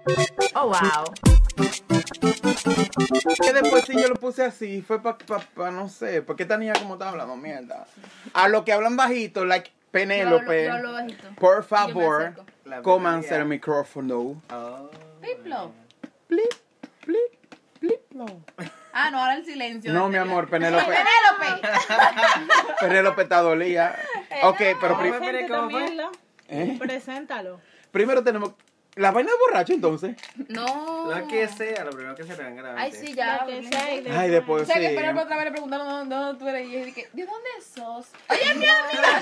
Oh, wow. Que después sí yo lo puse así, fue no sé, porque esta niña como está hablando, mierda. A lo que hablan bajito, like Penélope, Yo hablo bajito. por Yo me favor, acerco. cómanse el micrófono. Oh. Piplo. Plip, plip, plip, no. Ah, no, ahora el silencio. No, mi amor, Penélope. Penélope. Penélope está dolida. Ok, pero Preséntalo. primero tenemos la vaina de borracho, entonces. No. Lo que sea, lo primero que se le venga a la Ay, mente. sí, ya. Lo que sea y Ay, después O sea, que sí. Penélope otra vez le preguntaron dónde tú eres y yo dije, ¿de dónde sos? Oye, mi amiga.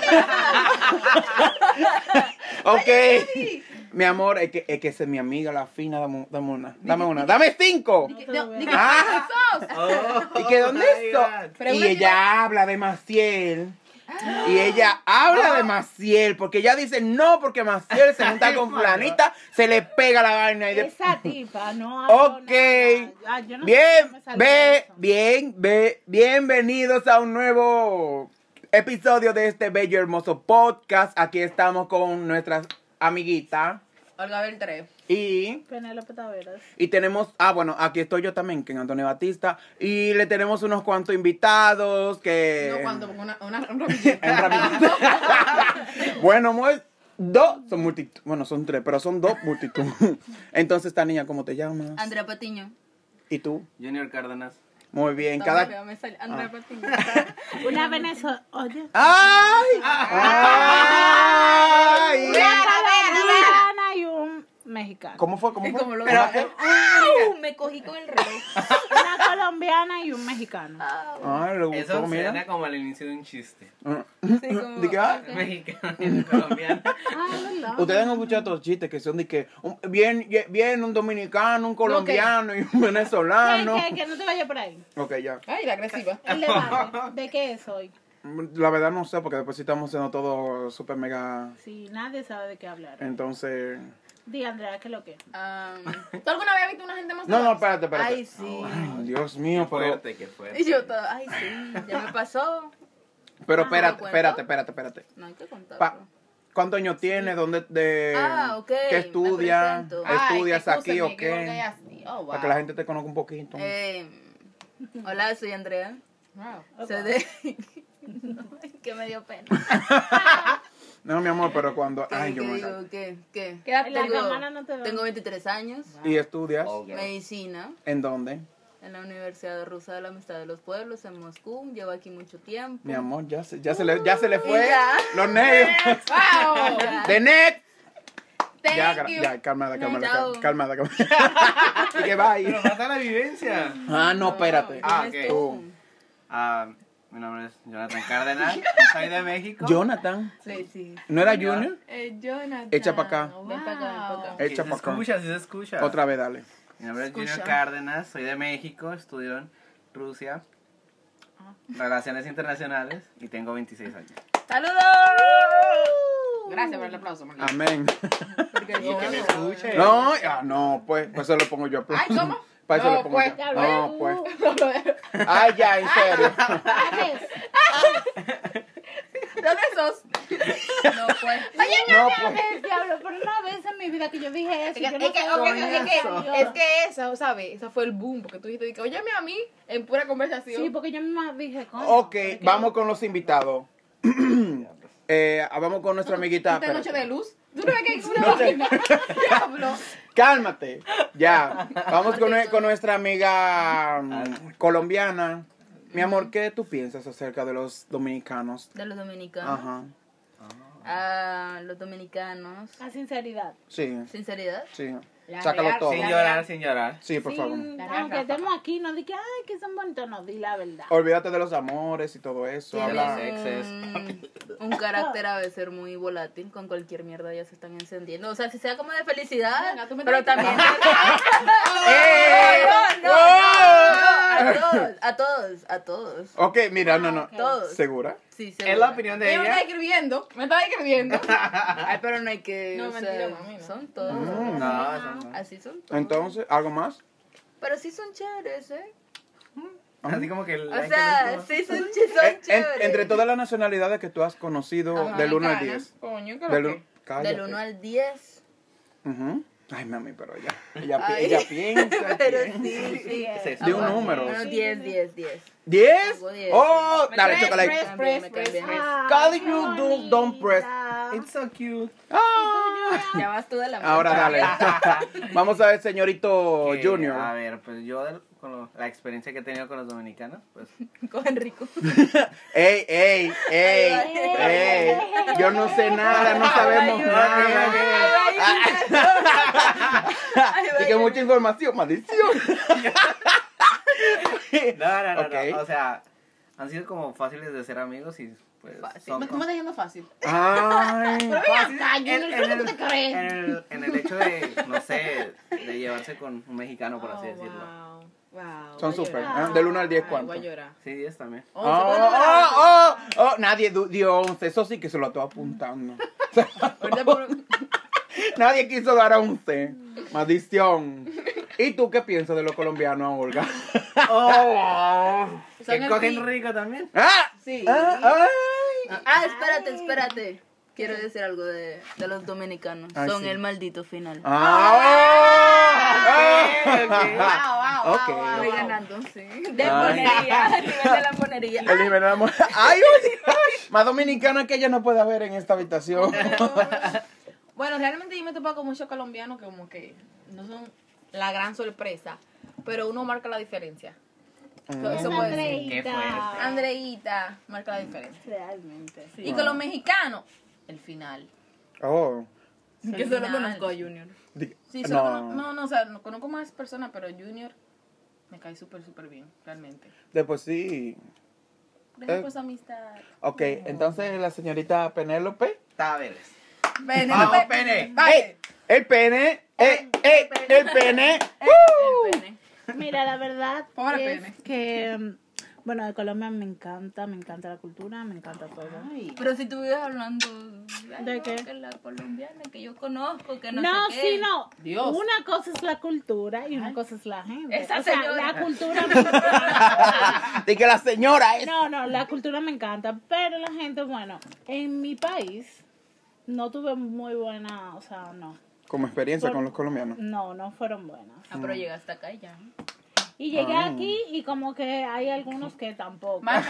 Ok. Mi amor, es que esa es mi amiga, la fina, dame una. ¡Dame 5! Ah. ¿Dónde sos? Oh, ¿Y que dónde my estoy? God. Y ella habla de Maciel. Y ella habla de Maciel, porque ella dice no, porque Maciel se junta con fulanita, se le pega la vaina y de... Esa tipa no habla Ok. nada. Yo no sé cómo me salió eso. Bienvenidos a un nuevo episodio de este bello hermoso podcast. Aquí estamos con nuestras amiguitas Olga Beltré. y Penélope Taveras. tenemos, bueno, aquí estoy yo también, que es Antonio Batista, y le tenemos unos cuantos invitados que... No, cuando, porque un Un ramillito. Bueno, son multitud. Bueno, son 3, pero son 2 multitud. Entonces, esta niña, ¿cómo te llamas? Andrea Patiño. ¿Y tú? Junior Cárdenas. Muy bien, Todavía me sale Andrea Patiño. Una venezolana. Oye. ¡Ay! ¡Ay! Colombiana y un mexicano. ¿Cómo fue? ¿Cómo fue? Como lo Pero, ¡Au! Me cogí con el reloj. Una colombiana y un mexicano. Ay, le gustó, Eso mira. suena como al inicio de un chiste. Sí, como... ¿De qué? Mexicano y colombiano. ¿Verdad? Ustedes han escuchado estos chistes que son de que viene un dominicano, un colombiano y un venezolano. Que no te vayas por ahí. Ok, ya. Ay, la agresiva. El debate. ¿De qué es hoy? La verdad no sé, porque después sí estamos haciendo todo súper mega... Sí, nadie sabe de qué hablar. Entonces... Di, Andrea, ¿qué es lo que? ¿Tú alguna vez has visto una gente más No, espérate. Ay, sí. Ay, Dios mío, pero... Fuerte, qué fuerte. Y yo todo, ay, sí, ya me pasó. Pero ¿lo cuento? espérate. No hay que contarlo. ¿Cuántos años tiene? ¿Dónde? Ok. ¿Qué estudia? me presento. ¿Estudias aquí o excúsenme, que qué? así. Oh, wow. Para que la gente te conozca un poquito. Hola, soy Andrea. Wow. Soy de... que me dio pena. No, mi amor, pero cuando... Ay, yo me digo? encanto. ¿Qué? En la cámara no te veo. Tengo 23 años. ¿Y estudias? Oh, girl. Medicina. ¿En dónde? En la Universidad Rusa de la Amistad de los Pueblos, en Moscú. Llevo aquí mucho tiempo. Mi amor, ya se le fue. Y ya. Los nervios. ¡Wow! ¡De net! Thank you. Ya, calmada. Chao. Y que va ahí. Pero falta la vivencia. Ah, no, espérate. Ah, dime ok. tú. Mi nombre es Jonathan Cárdenas. Soy de México. Jonathan. Sí. ¿No era Junior? Jonathan. Echa pa' acá. Ven para acá, Sí, Echa se para acá. escucha, sí se escucha. Otra vez, dale. Mi nombre es Junior Escucha. Cárdenas, soy de México, estudio en Rusia, Relaciones Internacionales y tengo 26 años. ¡Saludos! Gracias por el aplauso, Marlene. Amén. Porque Que me escuche. No, pues eso lo pongo yo. Ay, ¿cómo? Para eso No, lo pongo pues. yo. No, pues. Ay, ya, en serio. ¿Dónde sos? No, pues. Oye, No, pues. Diablo, por una vez en mi vida que yo dije eso. yo no sabía es que esa, ¿sabes? Esa fue el boom, porque tú dijiste, óyeme a mí en pura conversación. Sí, porque yo misma dije, coño. Ok, porque- vamos con los invitados. Vamos con nuestra amiguita. Esta noche espérate. de luz. ¿Tú no ves que hay una Noche- máquina? Diablo. Cálmate. Ya. Vamos con nuestra amiga colombiana. Mi amor, ¿qué tú piensas acerca de los dominicanos? De los dominicanos. Ajá. Los dominicanos. La sinceridad. Sí, Sinceridad. sí. La Sácalo real, todo. Sin llorar. Sí, por favor. Aunque estemos aquí, no di que, ay, que son bonitos, no, di la verdad. Olvídate de los amores y todo eso. Habla. Un carácter a veces muy volátil, con cualquier mierda ya se están encendiendo. O sea, si sea como de felicidad, Venga, tú me pero estás también... ¡Eh! A todos. Ok, mira, no. Todos. ¿Segura? Sí, Es seguro. la opinión de Ella me ella. está escribiendo. Me está escribiendo. Ay, pero no hay que... No, o sea, mentira, mami, no. Son todos. No, eso no. Así son todos. Entonces, ¿algo más? Pero sí son chéveres, ¿eh? Así como que... O sea, sí son chéveres. Entre todas las nacionalidades que tú has conocido, Ajá, del 1 al Cana. 10. Coño, ¿qué Del, lo que? cállate. Del 1 al 10. Ujú. Ay, mami, pero ella piensa. Pero piensa. sí. De un número. Bueno, 10. ¿10? Pongo 10, Oh, sí. dale, Press, chocolate. press. Calling you, don't press. It's so cute. Ah. Ya vas tú de la mano. Ahora dale. Vamos a ver, señorito Que, Junior. A ver, pues yo la experiencia que he tenido con los dominicanos, pues Con Enrico. Ey. Yo no sé nada, no sabemos nada. Y que mucha información, maldición. no. Ok. O sea, han sido como fáciles de ser amigos y pues son ¿Cómo estás diciendo fácil? Ay. Pero ven acá, Junior, ¿qué es lo que te crees? en el hecho de, no sé, de llevarse con un mexicano, por así decirlo. Wow. Son súper. Del 1 al 10, ¿cuánto? Voy a llorar. Sí, 10 también. Nadie dio 11. Eso sí que se lo estoy apuntando. Ahorita por... Nadie quiso dar 11. Maldición. ¿Y tú qué piensas de los colombianos, Olga? Son Que el cogen pi- rico también. ¡Ah! Sí. Espérate. Quiero decir algo de los dominicanos. Ay, Son sí. el maldito final. Wow, wow, Ok. wow, Voy wow. ganando, sí. De monería, a nivel de la monería. El nivel de amor. ¡Ay, oye! Más dominicana que ella no puede haber en esta habitación. Bueno, realmente yo me he topado con muchos colombianos que como que no son la gran sorpresa, pero uno marca la diferencia. Eso puede ser. Qué fuerte. Andreita marca la diferencia. Realmente. Y con los mexicanos, el final. Oh. Que solo conozco a Junior. Sí, No. o sea, no conozco más personas, pero Junior me cae súper bien, realmente. Después sí. Gracias por su amistad. Ok, entonces la señorita Penélope. Tabeles. Ven, Vamos, pene. Vale. El pene. El pene. El pene. Mira, la verdad Pobre es pene. que, bueno, de Colombia me encanta la cultura, me encanta todo. Pero si tú vives hablando ¿De qué? que la colombiana que yo conozco, que no, No, sé qué. sí, no. Dios. Una cosa es la cultura y una cosa es la gente. Esa o sea, señora. la cultura me encanta. De que la señora es. No, la cultura me encanta, pero la gente, bueno, en mi país no tuve muy buena, o sea, no. Como experiencia con los colombianos. No fueron buenas. Ah, pero llegaste acá y ya. Y llegué aquí y como que hay algunos que tampoco. Marca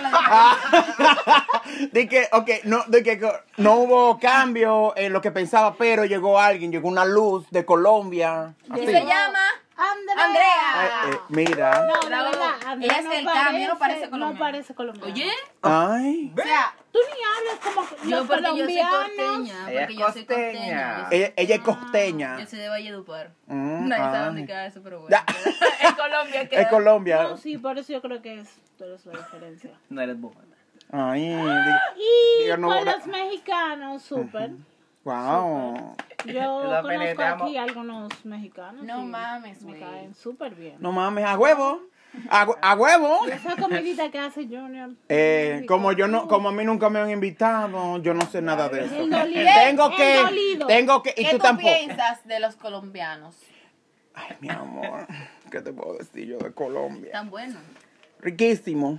la diferencia. De que no hubo cambio en lo que pensaba, pero llegó una luz de Colombia. ¿Qué Así. se llama? Andrea. Mira. No, de Bravo. verdad, Andrea Ella es el cambio, no parece colombiana. No parece colombiana. Oye, Ay. O sea, Tú ni hablas como yo los porque yo soy colombianos. costeña. Ella Porque es yo soy costeña. costeña. Ella es costeña. Yo soy de Valledupar. Mm, Nadie sabe ay. dónde queda eso, pero bueno. Ya. En Colombia queda. Es Colombia. No, sí, por eso yo creo que tú eres la diferencia. No eres Bogotá. Ay. Y Diga, no, con no. los mexicanos, súper. Wow. Yo La conozco pene, te amo. aquí algunos mexicanos. No y mames, me güey. caen súper bien. No mames, a huevo. A huevo. Y esa comidita que hace Junior. Como a mí nunca me han invitado, yo no sé nada de eso. El dolido. Tengo que, y ¿qué tú tú tampoco. piensas de los colombianos? Ay, mi amor, ¿qué te puedo decir yo de Colombia? Tan bueno. Riquísimo.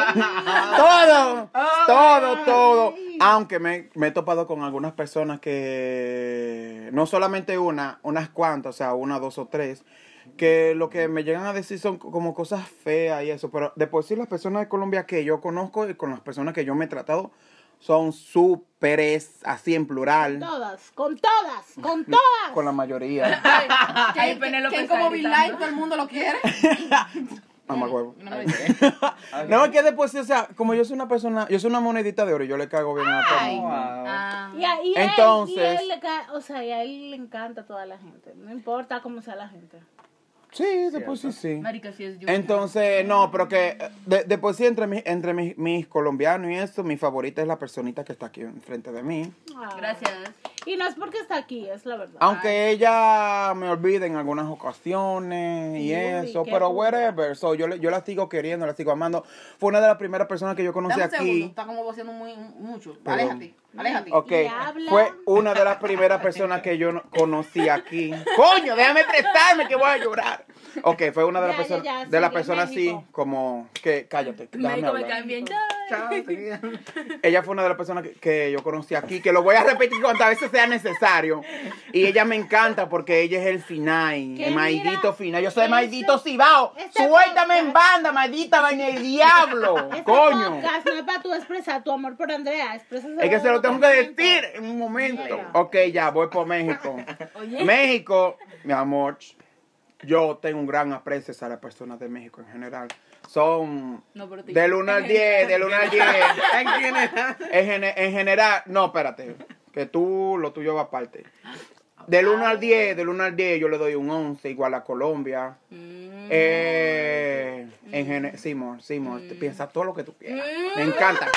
Todo. Aunque me he topado con algunas personas que, no solamente unas cuantas, o sea, una, dos o tres, que lo que me llegan a decir son como cosas feas y eso, pero de por sí las personas de Colombia que yo conozco y con las personas que yo me he tratado son súperes, así en plural, Con todas. con la mayoría. Ay, Penélope ¿Quién está como Bill gritando. Light todo el mundo lo quiere? Mamá huevo. No me dice. No, es que después, o sea, como yo soy una persona, yo soy una monedita de oro y yo le cago bien a todo el mundo. Ah, Entonces- y a él le encanta a toda la gente. No importa cómo sea la gente. Sí, después sí. marica, si es Junior. Entonces, no, pero que después sí, entre mis colombianos y eso, mi favorita es la personita que está aquí enfrente de mí. Gracias. Y no es porque está aquí, es la verdad. Aunque ella me olvide en algunas ocasiones y Sí, eso, qué pero puta. whatever. So, yo la sigo queriendo, la sigo amando. Fue una de las primeras personas que yo conocí Dame un segundo, aquí. está como voceando mucho. Perdón. Aléjate. Ok, Y habla. fue una de las primeras personas que yo conocí aquí. Coño, déjame prestarme que voy a llorar. hablar. Ok, fue una de las Ya, personas, ya, de las sigue personas así, México. como que, cállate, déjame México me hablar. caen bien. Chao, seguida. Ella fue una de las personas que yo conocí aquí, que lo voy a repetir cuantas veces sea necesario. Y ella me encanta porque ella es el Finay, Que el maldito mira, Finay. Yo soy este- maldito Cibao. este Suéltame en podcast- banda, maldita vaina el diablo. Este Coño. podcast no es para tú expresar tu amor por Andrea, exprésaselo Es que se lo tengo que totalmente. decir en un momento. Mira. Ok, ya, voy por México. Oye. México, mi amor, yo tengo un gran aprecio a las personas de México en general. Son No por ti. del 1 al 10, del 1 al 10. ¿En general? En general, no, espérate, que tú, lo tuyo va aparte. Del 1 al 10, del 1 al 10 yo le doy un 11, igual a Colombia. Seymour, te piensa todo lo que tú quieras. Me encanta.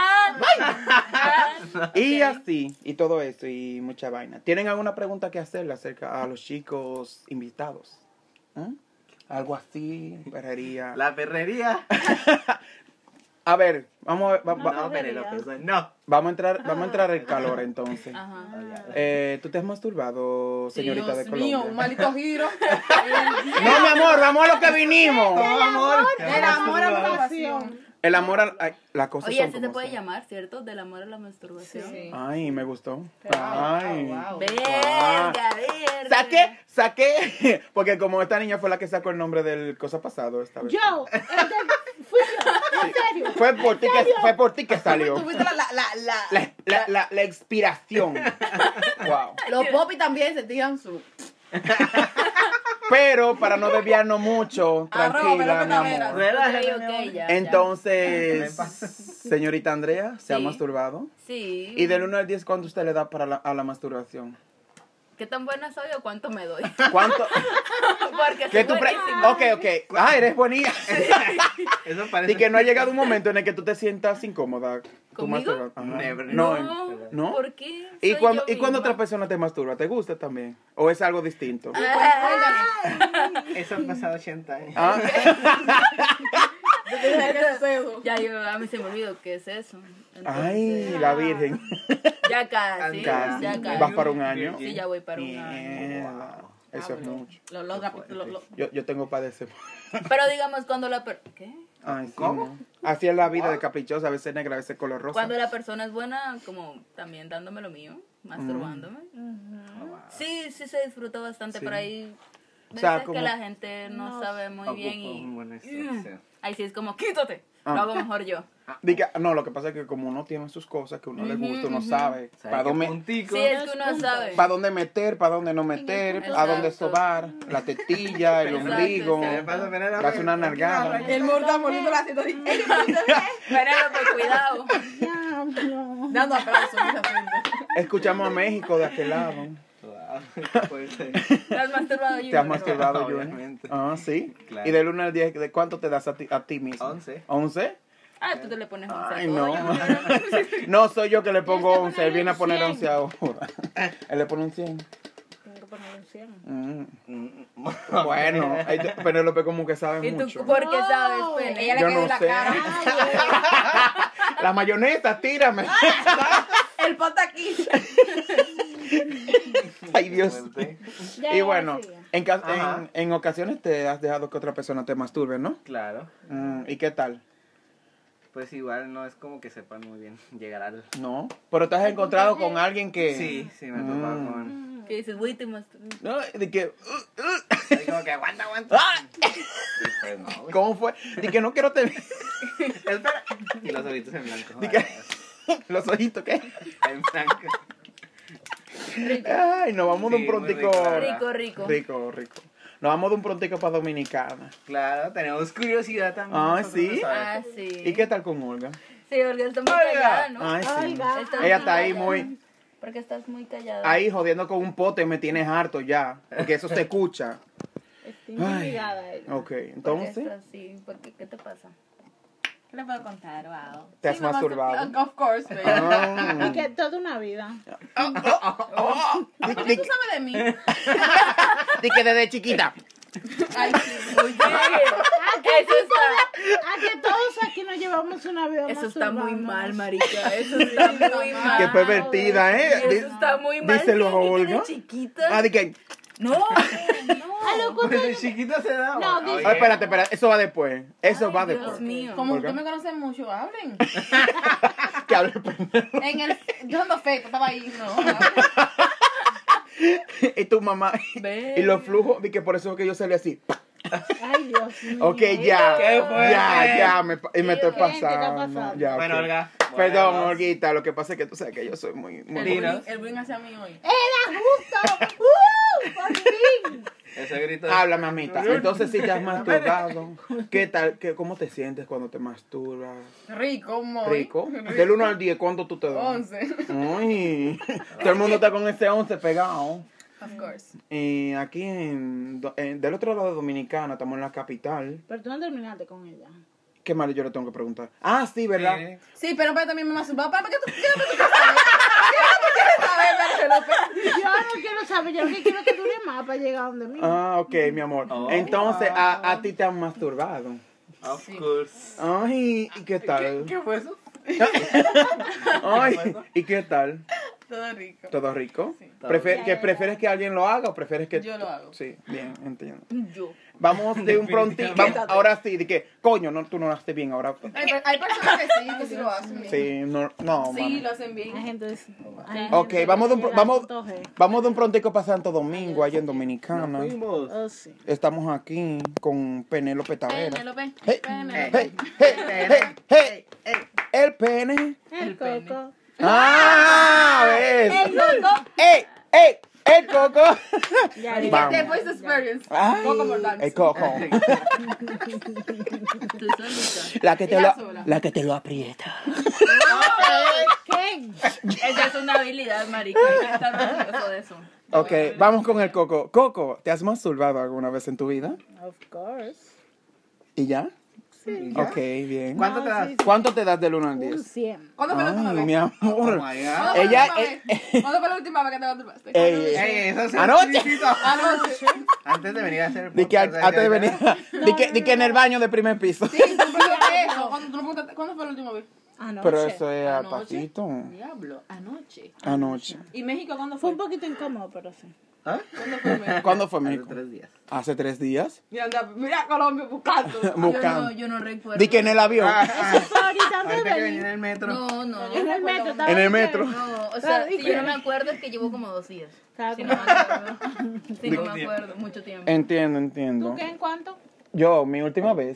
Y así, y todo eso, y mucha vaina. ¿Tienen alguna pregunta que hacerle acerca a los chicos invitados? ¿Mm? Algo así, perrería. La perrería. A ver, vamos a, No, Penélope, no. vamos a entrar en calor entonces. Ajá. ¿Tú te has masturbado, señorita de Dios Colombia? mío, un maldito giro. No, mi amor, vamos a lo que vinimos. amor. El amor a la masturbación. El amor a las cosas Oye, son así se como puede son. llamar, ¿cierto? Del amor a la masturbación. Sí. Ay, me gustó. Ay. wow. Verga, verga. Saqué, porque como esta niña fue la que sacó el nombre del cosa pasado esta vez. Yo, fui yo, en serio. Fue por ti que salió. Tuviste La inspiración. Wow. Los popis también sentían su... Pero para no desviarnos mucho, Arroba, tranquila, pero mi que amor. taveras. Relájate, Ok, mi amor. ya, Entonces, señorita Andrea, ¿se ha Sí. masturbado? ya. Sí. Y del 1 al 10, ¿cuánto usted le da a la masturbación? ¿Qué tan buena soy o cuánto me doy? ¿Cuánto? Porque ¿Qué soy tú buenísima. Ok. Ah, eres buenilla. Eso parece. Y que no ha llegado un momento en el que tú te sientas incómoda. tú ¿Conmigo? masturbas. Ajá. Never. No, No, ¿no? ¿por qué? ¿Y Soy cuando, yo ¿Y cuando misma. otra persona te masturba? ¿Te gusta también? ¿O es algo distinto? Eso ha pasado 80 años. Ah. Ya yo, a mí se me olvidó qué es eso. Ay, Entonces, la virgen. ya casi, Casi. ya casi. ¿Vas para un año? Sí, ya voy para un año. Mierda. Eso es mucho. Yo tengo padece. Pero digamos, cuando la ¿qué? Ay, sí, ¿Cómo? no. Así es la vida de caprichosa, a veces negra, a veces color rosa. Cuando la persona es buena, como también dándome lo mío, masturbándome. Sí, sí se disfruta bastante, Sí. pero hay O veces sea, como- que la gente no sabe muy bien y Buena instrucción. ahí sí es como, quítate, Ah. lo hago mejor yo. Diga, no, lo que pasa es que como uno tiene sus cosas que uno le gusta, uno sabe para dónde, Puntico. Sí, es que uno sabe. para dónde meter, para dónde no meter, Exacto. a dónde sobar, la tetilla, el Exacto, ombligo, sí. ¿Qué le pasa, Penélope? darse una nalgada. El mortal bonito la haciendo así. Penélope, cuidado. Diablo. Dando aplausos. mira, haciendo. Escuchamos a México de aquel lado. Wow, fuerte. ¿Te has masturbado yo? ¿Te has masturbado, Junior? Obviamente. Ah, sí. Claro. Y del 1 al 10, ¿de cuánto te das a ti mismo? 11. ¿11? Ah, tú te le pones 11 a Ay, todo, no. yo no. No, soy yo que le pongo Tienes que 11. Él viene a poner ponerle 11 ahora. Él le pone un 100. Tengo que ponerle un 100. Bueno, Penélope como que sabe ¿Y tú mucho. por qué sabes, Ella Pene? le Yo quedó no la sé. cara. La mayonesa, tírame. El pata aquí. Ay, Dios. Fuerte. Ya, Y ya, bueno, sigue. Ajá. en ocasiones te has dejado que otra persona te masturbe, ¿no? Claro. ¿Y qué tal? Pues igual no es como que sepan muy bien llegar al. No. Pero te has encontrado con alguien que... Sí, sí, me he topado con. Que dices, güey, te masturbas. No, de que... Así como que aguanta. Y pues no, güey. ¿Cómo fue? De que no quiero tener... Espera. Y los ojitos en blanco. Di que- Los ojitos, ¿qué? En blanco. Ay, nos vamos de un Sí, muy prontico... rico, la verdad. Rico. Nos vamos de un prontico para Dominicana. Claro, tenemos curiosidad también. Ay, nosotros, ¿sí? ¿sabes? Ah, sí. ¿Y qué tal con Olga? Sí, porque está muy Olga. callada, ¿no? Ay, sí. Olga. Estás Ella muy está ahí callada. muy... Porque estás muy callada. Ahí jodiendo con un pote me tienes harto ya. Porque eso se escucha. Estoy intimidada ella. Ok, ¿Por qué entonces... estás así? ¿Qué te pasa? ¿Qué le puedo contar? Wow. ¿Te has masturbado? Of course, baby. Ah. Y que toda una vida. Di- ¿Qué di- tú sabes de mí? di que desde chiquita. Ay, sí. Oye, eso está, A que todos aquí nos llevamos una vida eso está muy masturbándonos. mal, marica. Eso está muy mal. Qué pervertida, ¿eh? Eso está muy mal. Díselo a ¿Qué, que Olga. de chiquita? Ah, di que... No. A lo que Desde chiquito se da. No, Oye, dice- Ah, espérate, eso va después. Eso va Dios después. mío. Como ¿Por qué? ustedes me conocen mucho, hablen. Que hable pendejo. En el... Yo ando feto, estaba ahí, no. Y tu mamá. Ve. Y los flujos, de que por eso que yo salí así. Ay, Dios mío. Ok, ya. ¿Qué fue? Ya, me estoy Gente, ¿qué ha pasando. pasado? Ya, Bueno, ok. Olga. Perdón, volvemos. Olguita, lo que pasa es que tú sabes que yo soy muy... El bullying hacia mí hoy. ¡Era justo! ¡Por fin! Ese grito. Habla, mamita. Entonces, si te has masturbado, ¿qué tal? ¿Cómo te sientes cuando te masturbas? Rico, muy. ¿Rico? Del 1 al 10, ¿cuánto tú te das? 11. Uy, todo el mundo está con ese 11 pegado. Of course. Y aquí del otro lado de Dominicana, estamos en la capital. Pero tú no terminaste con ella. ¿Qué mal yo le tengo que preguntar? Ah, sí, ¿verdad? Sí. Sí, pero también me masturbaba. ¿Para qué tú quieres saber? ¿Qué tú quieres saber, López? Yo no quiero saber, yo lo que quiero es que dure más para llegar a donde mí. Ah, ok, mi amor. Oh. Entonces, a ti te han masturbado. Of course. Ay, ¿y qué tal? ¿Qué fue eso? Ay, ¿y qué tal? Todo rico. ¿Todo rico? Sí. ¿Prefieres que alguien lo haga o prefieres que...? Yo lo hago. Sí, bien, entiendo. Yo. Vamos de un prontito. Definitivamente. Ahora sí, de que, coño, no, tú no lo haces bien, ahora... Hay personas que sí lo hacen bien. Sí, no, Sí, mami. lo hacen Hay bien. gente de... Ok, vamos de un, vamos, G. vamos de un prontico para Santo Domingo, allá en Dominicana. Fuimos. Oh, sí. Estamos aquí con Penélope Tavera. Penélope. Hey, Penélope. hey, el pene. El coco. Ah, ves. El coco. El coco. Ya, Vamos. The voice experience. Ay, Coco Mortales. el coco. Tú solita. La que te lo aprieta. ¿Qué? Esa es una habilidad, marica. Hay que estar orgulloso de eso. Ok, vamos con el coco. Coco, ¿te has masturbado alguna vez en tu vida? Of course. ¿Y ya? Sí. Ok, bien. ¿Cuánto No, te das? sí, ¿Cuánto te das del 1 al Un 10? 100. ¿Cuándo fue la última Ay, vez? mi amor. Oh my God. ¿Cuándo fue la Ella, última vez? ¿Cuándo fue la última vez que te masturbaste? Ey, Ey, eso es Anoche. explícito. Anoche. Antes de venir a hacer el Di que podcast, antes de ya- venir, di que en el baño de primer piso. Sí, tú preguntaste eso. ¿Cuándo tú no preguntaste? ¿Cuándo fue la última vez? Anoche. Pero eso es a Anoche. pasito. Diablo, anoche. Anoche. ¿Y México cuándo Fue fue? un poquito incómodo, pero sí. ¿Ah? ¿Cuándo fue México? ¿Cuándo fue Hace México? 3 días. Hace 3 días. Mira Colombia buscando. Buscando. Yo no recuerdo. Di que en el avión. Eso fue ahorita antes Ahorita de que venía en venir. el metro. No. En el metro. estaba En el de que- metro. No, o sea, Claro, si yo no me acuerdo es que llevo como 2 días. Estaba Si como- no me acuerdo. Si no me acuerdo, mucho tiempo. Entiendo. ¿Tú qué en cuánto? Yo, mi última vez.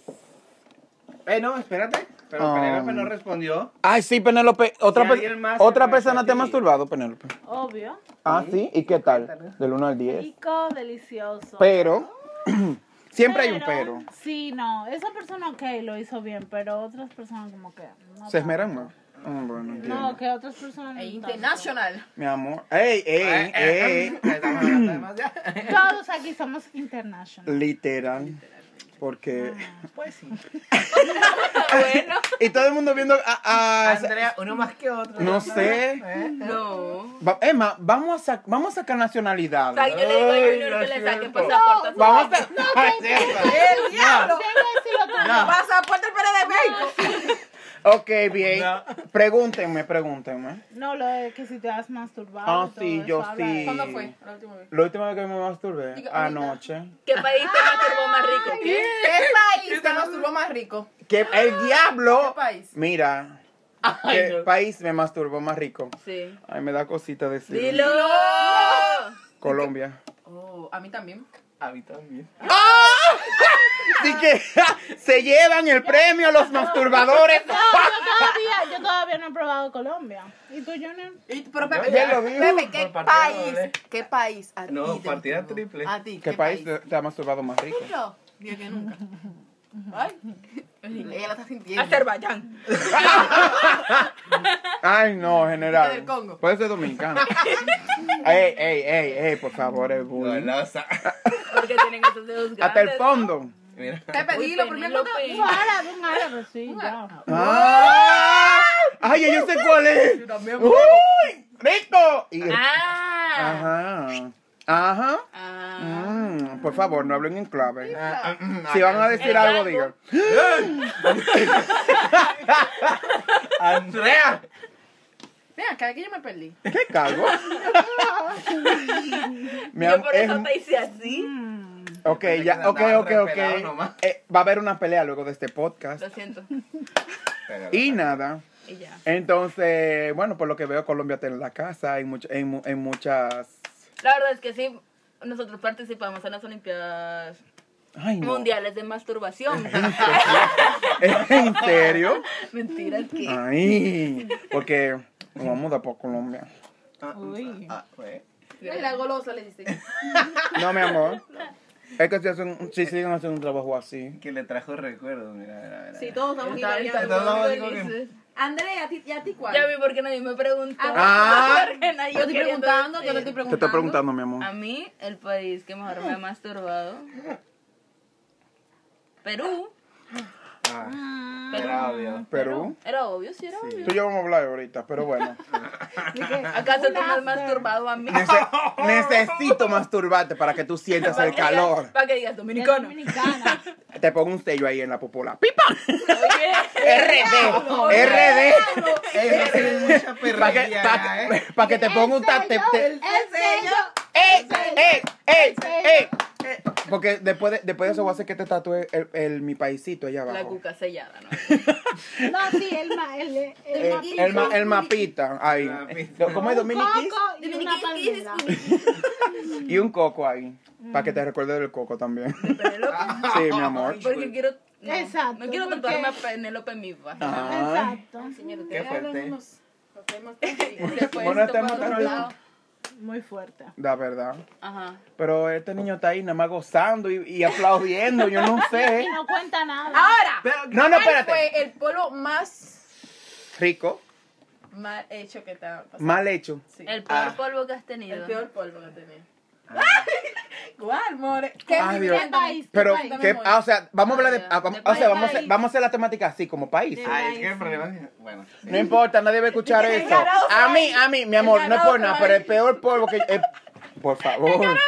No, espérate. Pero Penélope no respondió. Ay, sí, Penélope. Otra, Si alguien más otra se persona te ha muestra a ti. masturbado, Penélope. Obvio. Ah, sí. ¿Y qué tal? Del 1 al 10. Rico, delicioso. Pero, siempre hay un pero. Sí, no. Esa persona, ok, lo hizo bien, pero otras personas como que... No ¿Se esmeran más? Bueno, entiendo. No, que otras personas... no International. Mi amor. Ey. Estamos hablando de más ya. tanto. Todos aquí somos international. Literal. Porque. Pues sí. Bueno. Y todo el mundo viendo a Andrea, uno más que otro. no sé. No. Emma, vamos a sacar nacionalidad. O sea, yo le digo a Junior que le saque pasaporte a su Vamos país. a. ¡El diablo! Tengo que decir otra No. Pasaporte el de México. Ok, bien. No. Pregúntenme. No, lo de que si te has masturbado. Ah, y todo sí, eso, yo habla sí. de- ¿Cuándo fue la última vez? La última vez que me masturbé, Diga, ahorita. anoche. ¿Qué país te masturbó más rico? ¿Qué? ¿Qué país te masturbó más rico? Que el diablo. ¿Qué país? Mira. Ay, ¿Qué no. país me masturbó más rico? Sí. Ay, me da cosita decir. Dilo. Colombia. Oh, a mí también. A mí también. Así que se llevan el premio a los masturbadores. No, yo todavía no he probado Colombia. ¿Y tú, Junior? Pero Pepe, Ya lo vi. Pepe, ¿qué Por partida país? doble. ¿Qué país? A ti No, te partida masturbó? triple. A ti, ¿Qué país te ha masturbado más rico? Yo, día que nunca. Ay, ella la está sintiendo. Azerbaiyán. Ay, no, general. Del Congo. Puede ser dominicano. Ey, por favor, el bullying. Golosa. Porque tienen esos dedos grandes. Hasta el fondo. Mira. Pepe, Uy, dilo primero. Penélope. Un árabe, sí, ya. ¡Ah! ¡Ay, yo sé cuál es! también. ¡Uy! ¡Rico! Y- Ah. Ajá. Ah. Por favor, no hablen en clave. Si van a decir El algo, galgo. digan. Andrea. Mira, acá, que yo me perdí. ¿Qué cargo? Yo por eso te hice así. Ok, Pensé ya, que ok. andaba repelado nomás. Va a haber una pelea luego de este podcast. Lo siento. Y nada. Y ya. Entonces, bueno, por lo que veo, Colombia está en la casa, en muchas... La verdad es que sí, nosotros participamos en las Olimpiadas Ay, no. Mundiales de Masturbación. ¿En serio? Mentira, ¿qué? Ay, porque nos vamos a mudar por Colombia. Uy. Fue. Ay, la golosa le dice. No, mi amor. Es que si siguen haciendo un trabajo así. Que le trajo recuerdos, mira. Sí, todos estamos Está- está- imaginando. Todos muy digo que- felices. Andrea, ¿y a ti cuál? Ya vi por qué nadie me preguntó. Ah. Porque nadie Yo estoy queriendo preguntando, yo decir. le estoy Te preguntando. estoy preguntando, mi amor. A mí, el país que mejor me ha masturbado. Perú. Era obvio. Perú. Era obvio, sí, era obvio. Tú y yo vamos a hablar ahorita, pero bueno. ¿Acaso tú me has masturbado a mí? Necesito masturbarte para que tú sientas el calor. Para que digas Es dominicano. dominicana. Te pongo un sello ahí en la popola. ¡Pipa! Oye. RD. Eso sí es mucha Para que, perrería, pa' que te ponga un tate. El sello. Porque después de eso voy a hacer que te tatúe mi paisito allá La abajo. cuca sellada, ¿no? No, sí, El mapita ahí. Mapita. ¿Cómo es Dominiquis? coco y una palmera. Y un coco ahí. Para que te recuerde del coco también. Penélope. Sí, mi amor. Porque quiero. No, Exacto, No quiero porque- tatuarme a Penélope en mi vagina. Ah. Exacto. Señores, Qué ustedes hablan fuerte. unos temas tan serios. Después Bueno, esto estamos para otro tan- lado. Muy fuerte. La verdad. Ajá. Pero este niño está ahí nada más gozando y aplaudiendo. Yo no sé. Y no cuenta nada. Ahora, No, ¿cuál espérate. fue el polvo más Rico, mal hecho que te ha pasado? mal hecho. Sí. El peor polvo que has tenido. El peor polvo que tenía. ¿Cuál, more? ¿Qué Ay, Dios. país? Pero, Cuéntame, ¿qué? more. O sea, vamos a hablar de. O sea, país. vamos a hacer la temática así, como país. Ah, es que el problema es. Bueno. sí. No importa, nadie va a escuchar El eso. ganado se va A mí, mi amor, no es ganado por se nada, va pero a el peor polvo que. Por favor.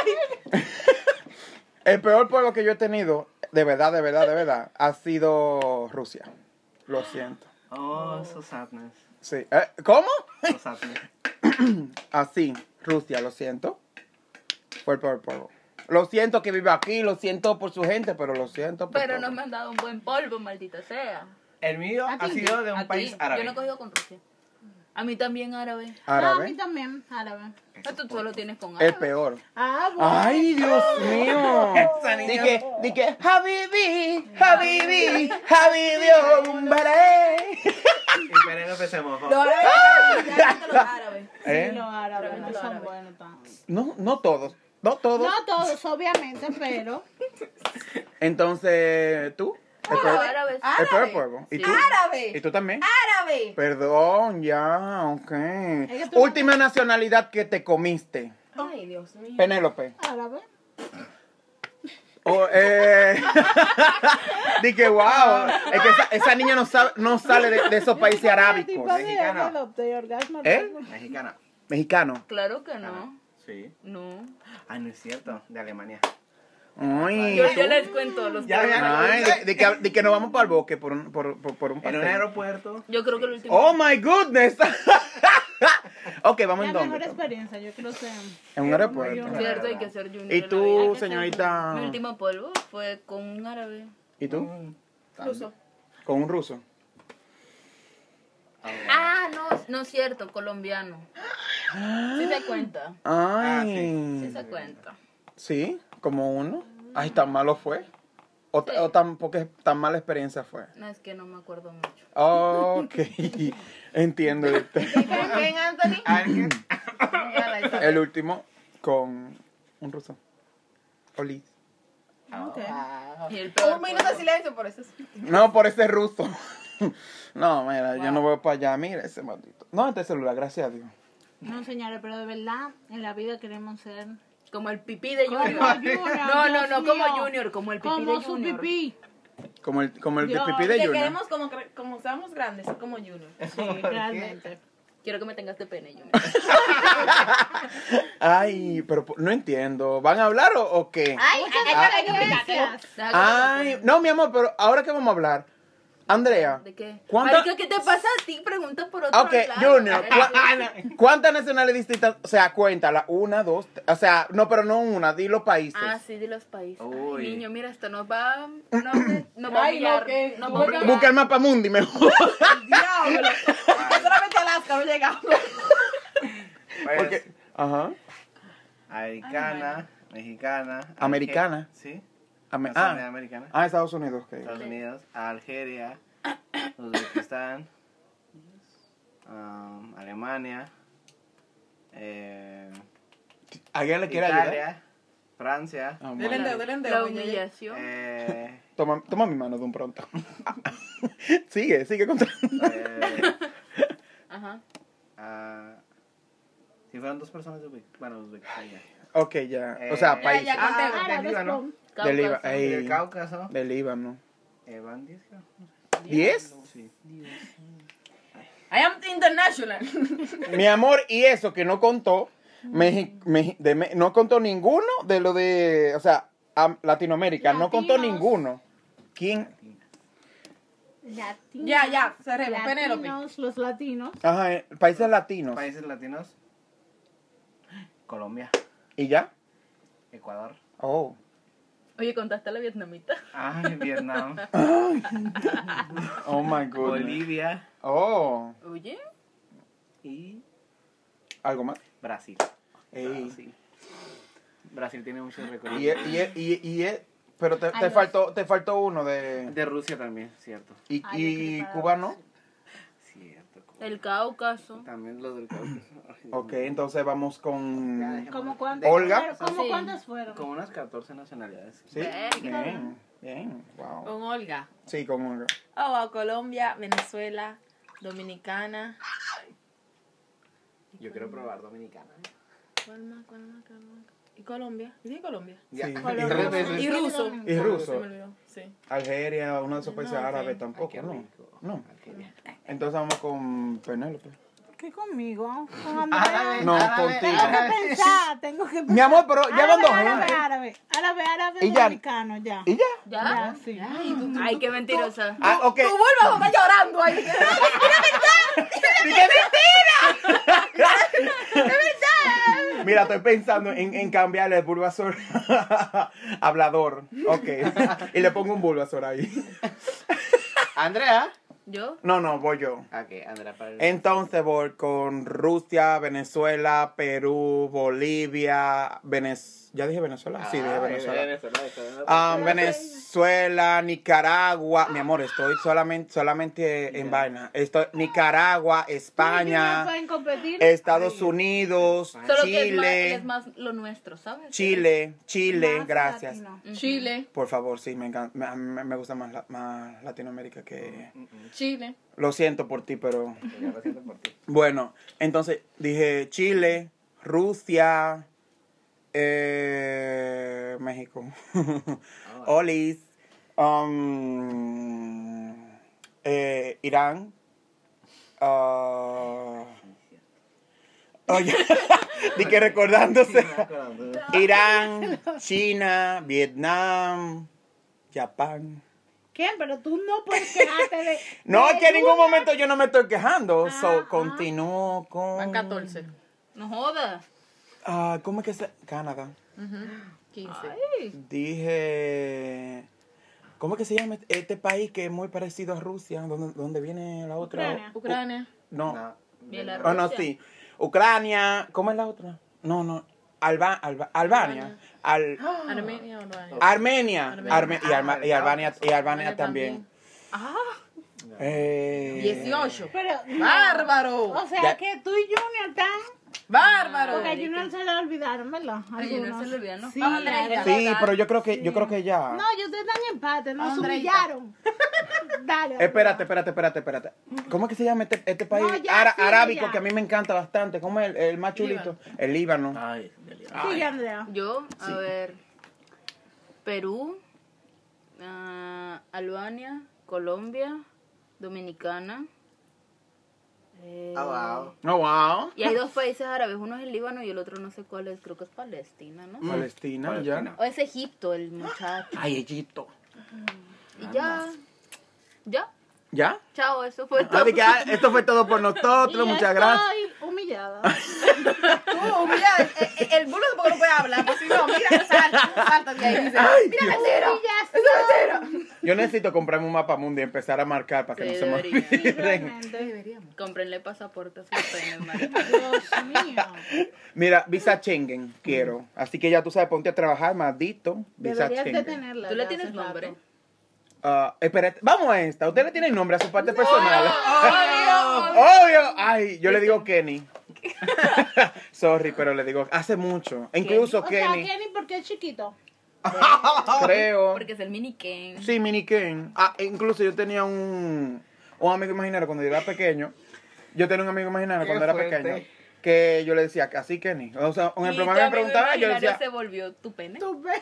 El peor polvo que yo he tenido, de verdad, ha sido Rusia. Lo siento. Oh, so sadness. Sí. ¿Cómo? So sadness. Así, Rusia, lo siento. Fue el peor polvo. Lo siento que vive aquí, lo siento por su gente, pero lo siento por Pero todo. no me han dado un buen polvo, maldita sea. El mío ¿A ha ti? sido de un A ti. país árabe. Yo no he cogido con Rusia. A mí también árabe. Ah, a mí Árabe. también, árabe. Ah, tú solo tienes con árabe. El peor. Ah, bueno. Ay, Dios mío. Esa niña- Dije, Habibi, hombre. Y Penélope se mojó. Los árabes, ya viste los árabes. Sí, ¿Eh? los árabes Pero no los son árabes. buenos tan. No todos. No todos. No todos, obviamente, pero Entonces, ¿tú? El Los peor, árabes. el peor polvo. ¿Y Sí. tú? ¡Árabe! ¿Y tú también? ¡Árabe! Perdón, ya, ok. que tú- Última nacionalidad que te comiste. Ay, Dios mío. Penélope. árabe. Dije, wow. Es que esa niña no sale de esos países arábicos. Tipo de mexicano. envelope, de orgasmo, ¿Eh? orgasmo. Mexicana. Mexicano. Claro que no. Sí. No. Ah, no es cierto. De Alemania. Ay, Yo les cuento los Ya, polvos. ya. ay, de que nos vamos para el bosque por un En un paseo. aeropuerto. Yo creo que el último. Oh my goodness. Ok, vamos en La mejor dónde. experiencia, yo creo que En un aeropuerto. Cierto, hay que ser junior. ¿Y en la tú, vida. señorita? Mi último polvo fue con un árabe. ¿Y tú? Ruso. Con un ruso. Ah, no es cierto, colombiano. Sí se cuenta. Ay. Sí se cuenta. Sí, como uno. Ay, tan malo fue. O, Sí. o tan, porque tan mala experiencia fue. No es que no me acuerdo mucho. Ok, entiendo. ¿Quién, Anthony? ¿Alguien? El último con un ruso. Oli. Ok. Y el peor Un minuto de silencio por eso. No, por ese ruso. No, mira, yo no voy para allá. Mira ese maldito. No, este celular, gracias a Dios. No, señores, pero de verdad, en la vida queremos ser como el pipí de como Junior. Junior. No, Dios como mío. Junior, como el pipí Como de su Junior. pipí. Como el de Dios, pipí de Que Junior. queremos como seamos grandes, ser como Junior. Sí, realmente. Quiero que me tengas de pene, Junior. Ay, pero no entiendo. ¿Van a hablar o qué? Ay, Muchas gracias. Deja que Ay, no, mi amor, pero ahora que vamos a hablar. Andrea, ¿De qué? ¿cuánta- Marica, ¿qué te pasa a ti? Pregunta por otro ok, lado. Junior, ¿cuántas nacionales distintas? O sea, cuéntala, 1, 2, o sea, no, pero no una, di los países. Ah, sí, de los países. Uy. Ay, niño, mira, esto nos va a Ay, pillar. no, que no Nos va a puede- pillar. Busca el mapa mundi mejor. Diablo. Solamente Alaska no llegamos. Pues, Porque, ajá, americana, mexicana. Americana. Sí. ah, Americana. Estados Unidos, ok. Estados Unidos, Algeria, Uzbekistán, Alemania, ¿Alguien le quiere ayudar? Italia, Francia, Ah, Del bueno. endeo, La oye. humillación. Toma mi mano de un pronto. sigue contando. Ajá. Si fueran 2 personas de Uzbekistán ya. Ok, ya. O sea, Ya, países. ya, Del Líbano. Del Líbano. Cáucaso. Ey, Del Cáucaso. del Líbano. Van 10, creo. 10. Sí. I am international. Mi amor, y eso que no contó, no contó ninguno de lo de, o sea, Latinoamérica, no contó Latinos. ninguno. ¿Quién? Latinos. Ya, cerremos. Penélope. Los latinos. Ajá, países latinos. Países latinos. Colombia, ¿Y ya? Ecuador. Oh. Oye, ¿contaste a la vietnamita? Ay, Vietnam. Oh my goodness. Bolivia Oh. Oye. y ¿Algo más? Brasil. Ey. Brasil tiene muchos recorridos. Pero te faltó uno de. De Rusia también, cierto. Y Cuba no. Cierto. Cuba. El Cáucaso. También los del Cáucaso. Ay, Dios Ok, mío. entonces vamos Ya, con. dejémoslo. ¿Cómo cuántas? Olga. ¿Cómo Sí. cuántas fueron? Como unas 14 nacionalidades. Sí. Verga. Bien. Wow. Con Olga. Sí, con Olga. Oh, Colombia, Venezuela, Dominicana. Yo quiero probar dominicana. ¿Cuál más? ¿Y Colombia? ¿Y dije Colombia? Ya. Sí. Tres veces. Y ruso. Y ruso. Se me olvidó. Sí. Algeria, uno de esos países No, árabes sí. tampoco, Qué ¿no? rico. No. Algeria. Entonces vamos con Penélope. ¿Qué conmigo? Con Andrea. No, Árabe, contigo. árabe. Tengo que pensar. Mi amor, pero ya van dos gente. Árabe, Y ya. dominicano, ya. ¿Y ya? ¿Ya? Ya, sí. Ay, qué mentirosa. Ah, ok. Tú vuelvas a estar llorando ahí. Mira, estoy pensando en cambiarle el Bulbasaur hablador. Ok. Y le pongo un Bulbasaur ahí. Andrea. ¿Yo? No, voy yo. Ok, Andrea para el... Entonces voy con Rusia, Venezuela, Perú, Bolivia, ¿Ya dije Venezuela? Sí, dije Venezuela. Venezuela, Nicaragua. Mi amor, estoy solamente en vaina. Nicaragua, No España, pueden competir. Estados Unidos, Solo que Chile. es más lo nuestro, ¿sabes? Chile, Más gracias. latino. Chile. Por favor, sí, me encanta. Me gusta más Latinoamérica que... Chile. Lo siento por ti, pero... Ya lo siento por ti. Bueno, entonces dije Chile, Rusia, México, Olis, Irán, oye, di que recordándose, Irán, China, Vietnam, Japán. ¿Qué? Pero tú no puedes quejarte de... No, es que en ningún una- momento yo no me estoy quejando, so continúo con... Van 14. No jodas. ¿Cómo es que se...? Canadá. 15. Dije... ¿Cómo es que se llama este país que es muy parecido a Rusia? ¿Dónde viene la otra? Ucrania. Ucrania. No. No. Bielorrusia. Oh, no, sí. Ucrania. ¿Cómo es la otra? No. Albania. Armenia o no. Armenia. Armenia. Y Albania también. Ah, 18. 18. Pero, ¡Bárbaro! o sea Ya. que tú y Junior están... ¡Bárbaro! Porque a Junior se le olvidaron, ¿verdad? A Junior Algunos. se le olvidan, ¿no? Sí, Andrea, ya. Sí, pero yo creo que ya. No, yo ustedes están en empate, nos Andreita. humillaron. Dale. Espérate. ¿Cómo es que se llama este país No, ya, sigue, arábico ya. que a mí me encanta bastante? ¿Cómo es el más chulito? El Líbano. Ay, Sigue, Andrea. Yo, a Sí. ver, Perú, Albania, Colombia, Dominicana. wow. Oh, wow. Y hay dos países árabes, uno es el Líbano y el otro no sé cuál es, creo que es Palestina, ¿no? Palestina, ya. O es Egipto el muchacho. Ay, Egipto. Y ya, ¿Ya? Chao, eso fue todo. Así que esto fue todo por nosotros. Muchas gracias. Estoy humillada. Tú, mira, el bulo porque no puede hablar. Pues si no, mira, salta de ahí. Dice, Ay, mira, Dios. mentira. Es mentira. Yo necesito comprarme un mapa mundi y empezar a marcar para que Sí, no se me debería. Sí, olviden. realmente. Cómprenle pasaportes a sus penes, marica. Dios mío. Mira, visa Schengen quiero. Así que ya tú sabes, ponte a trabajar, maldito. Visa Deberías de Schengen. tenerla. ¿Tú le ya tienes hace nombre? rato. Espérate, vamos a esta. ¿Usted le tiene nombre a su parte personal? Obvio. Ay, yo le digo Kenny. Sorry, pero le digo hace mucho. Incluso O sea, Kenny. Kenny porque es chiquito. Creo. Porque es el mini Ken. Sí, mini Ken. Incluso yo tenía un amigo imaginario cuando yo era pequeño. Yo tenía un amigo imaginario Qué cuando era fuerte. pequeño. Que yo le decía, así Kenny. O sea, un ejemplo, Y me tu amigo preguntaba, yo le imaginario decía. se volvió tu pene.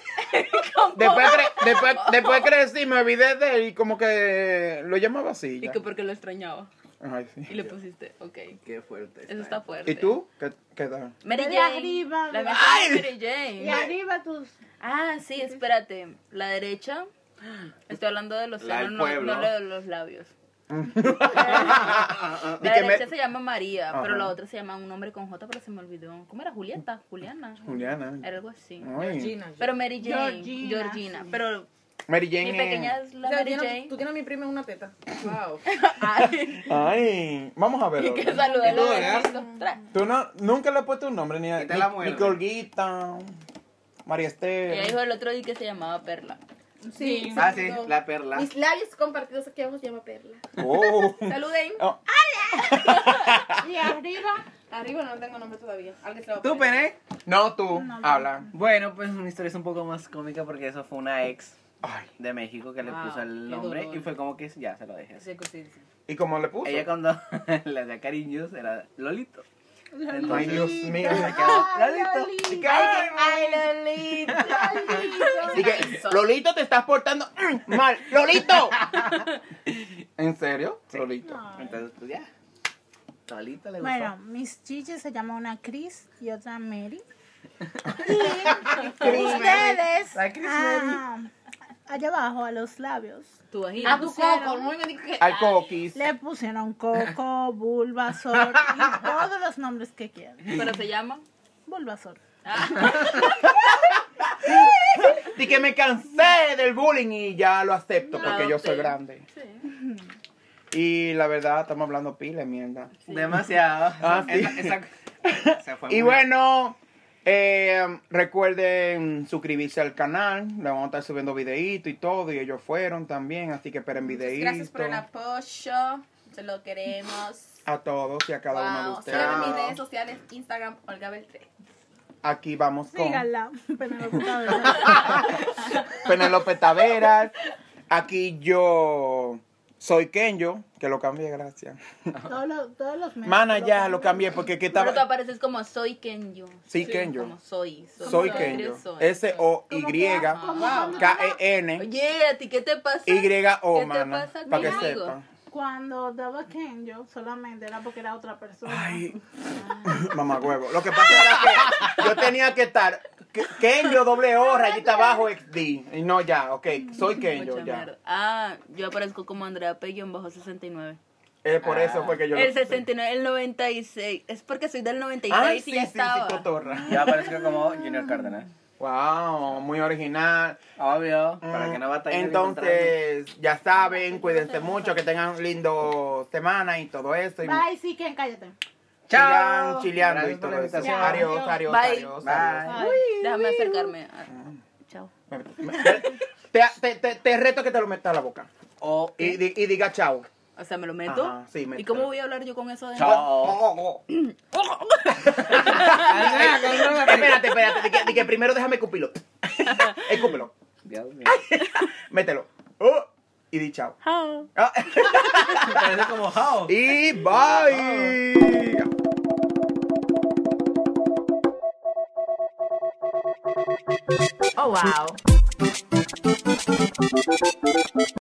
Después crecí, me olvidé de él y como que lo llamaba así. Y ya. que porque lo extrañaba. Ay, sí. Y le pusiste, ok. Qué fuerte. Eso está fuerte. ¿Y tú? ¿Qué tal? Mary De Jane. arriba, La de- mía ¡Ay! es Mary Jane. Y arriba tus... Ah, sí, espérate. La derecha. Estoy hablando de los La del senos, no, pueblo. no de los labios. Di La que me- derecha se llama María, Ajá. pero la otra se llama un nombre con J, pero se me olvidó. ¿Cómo era? Julieta, Juliana. Juliana. Era algo así. Ay. Gina. Pero Mary Jane, Georgina, Georgina. sí. Pero Mary mi Jane. pequeña es O la sea, Mary Jane. tú tienes a mi prima en una teta. Wow. Ay, Ay, vamos a ver. y que Olga. saluda ¿Y tú, Olga? Tú nunca le has puesto un nombre ni a Y te la ni muerde. que Olguita, María Esther. Ella dijo el otro día que se llamaba Perla. Sí. Ah, sí, la perla. Mis labios compartidos aquí abajo se llama Perla. Oh. Saluden. Oh. Y arriba... Arriba no tengo nombre todavía. Alguien se lo va a ¿Tú, poner. pene? No, tú, habla. Bueno, pues una historia es un poco más cómica porque eso fue una ex Ay, de México que le Wow, puso el qué nombre dolor. y fue como que ya se lo dejé así. Sí, sí, sí. ¿y cómo le puso? Ella cuando le hacía cariños era Lolito. Ay, Dios mío. se quedó Lolito. Y que, ay, Ay, Lolita. y que, Lolito, te estás portando mal. ¡Lolito! ¿En serio? Sí. Lolito. Entonces, pues ya. Lolito le gustó. Bueno, mis chiches se llaman una Chris y otra Mary. Y ustedes, La Chris allá abajo, a los labios, Tu vagina. A tu coco, no me digas que. Al coquis. le pusieron Coco, Bulbasaur y todos los nombres que quieran. Pero se llama. Bulbasaur. Y que me cansé del bullying y ya lo acepto porque yo soy adopté. grande. Sí. Y la verdad, estamos hablando pila de mierda. Demasiado. Ah, sí. Se fue Y muy- bueno, recuerden suscribirse al canal. Le vamos a estar subiendo videitos y todo. Y ellos fueron también, así que esperen videitos. Gracias por el apoyo. Se lo queremos. A todos y a cada uno de Wow. ustedes. Síganme en mis redes sociales, Instagram, Olga Beltré. Aquí vamos con Síganla, Penélope Taveras. Penélope Taveras. Aquí yo soy Kenyo, que lo cambié, gracias. Todos los meses. Mana, ya lo cambié porque que Pero tú estaba... apareces como soy Kenyo. Sí, Kenyo. Como soy. Soy Kenyo. S-O-Y-K-E-N. Oye, ¿a ti qué te pasa? Y-O, ¿Qué te mana. pasa Para que conmigo? sepan. Cuando daba Kenyo, solamente era porque era otra persona. Ay, mamá huevo. Lo que pasa era que yo tenía que estar Kenyo, doble O, rayita abajo, XD. Y no, ya, ok. Soy Kenyo, Mucha ya. mierda. Ah, yo aparezco como Andrea Pellón bajo 69. Por eso fue que yo El 69, el 96. Es porque soy del 96 Ay, y sí, ya sí, estaba. sí, cotorra. Yo aparezco como Junior Cárdenas. Wow, muy original. Obvio, para que no batallen. Entonces, ya saben, cuídense mucho, que tengan lindo semana y todo eso. Y Bye, sí, Ken, cállate. sigan chileando y Gracias por todo la eso. invitación. Adiós, adiós, Bye. adiós, adiós. Bye. Déjame acercarme. Chao. Te reto que te lo metas a la boca. O Y diga chao. O sea, ¿me lo meto? Ajá, sí, ¿Y mételo. cómo voy a hablar yo con eso de chao. Espérate. Di que primero déjame escupirlo. Escúpelo. Dios mío. Mételo. Oh, y di chao. Chao. Ah. Parece como how. Y bye. Oh, wow.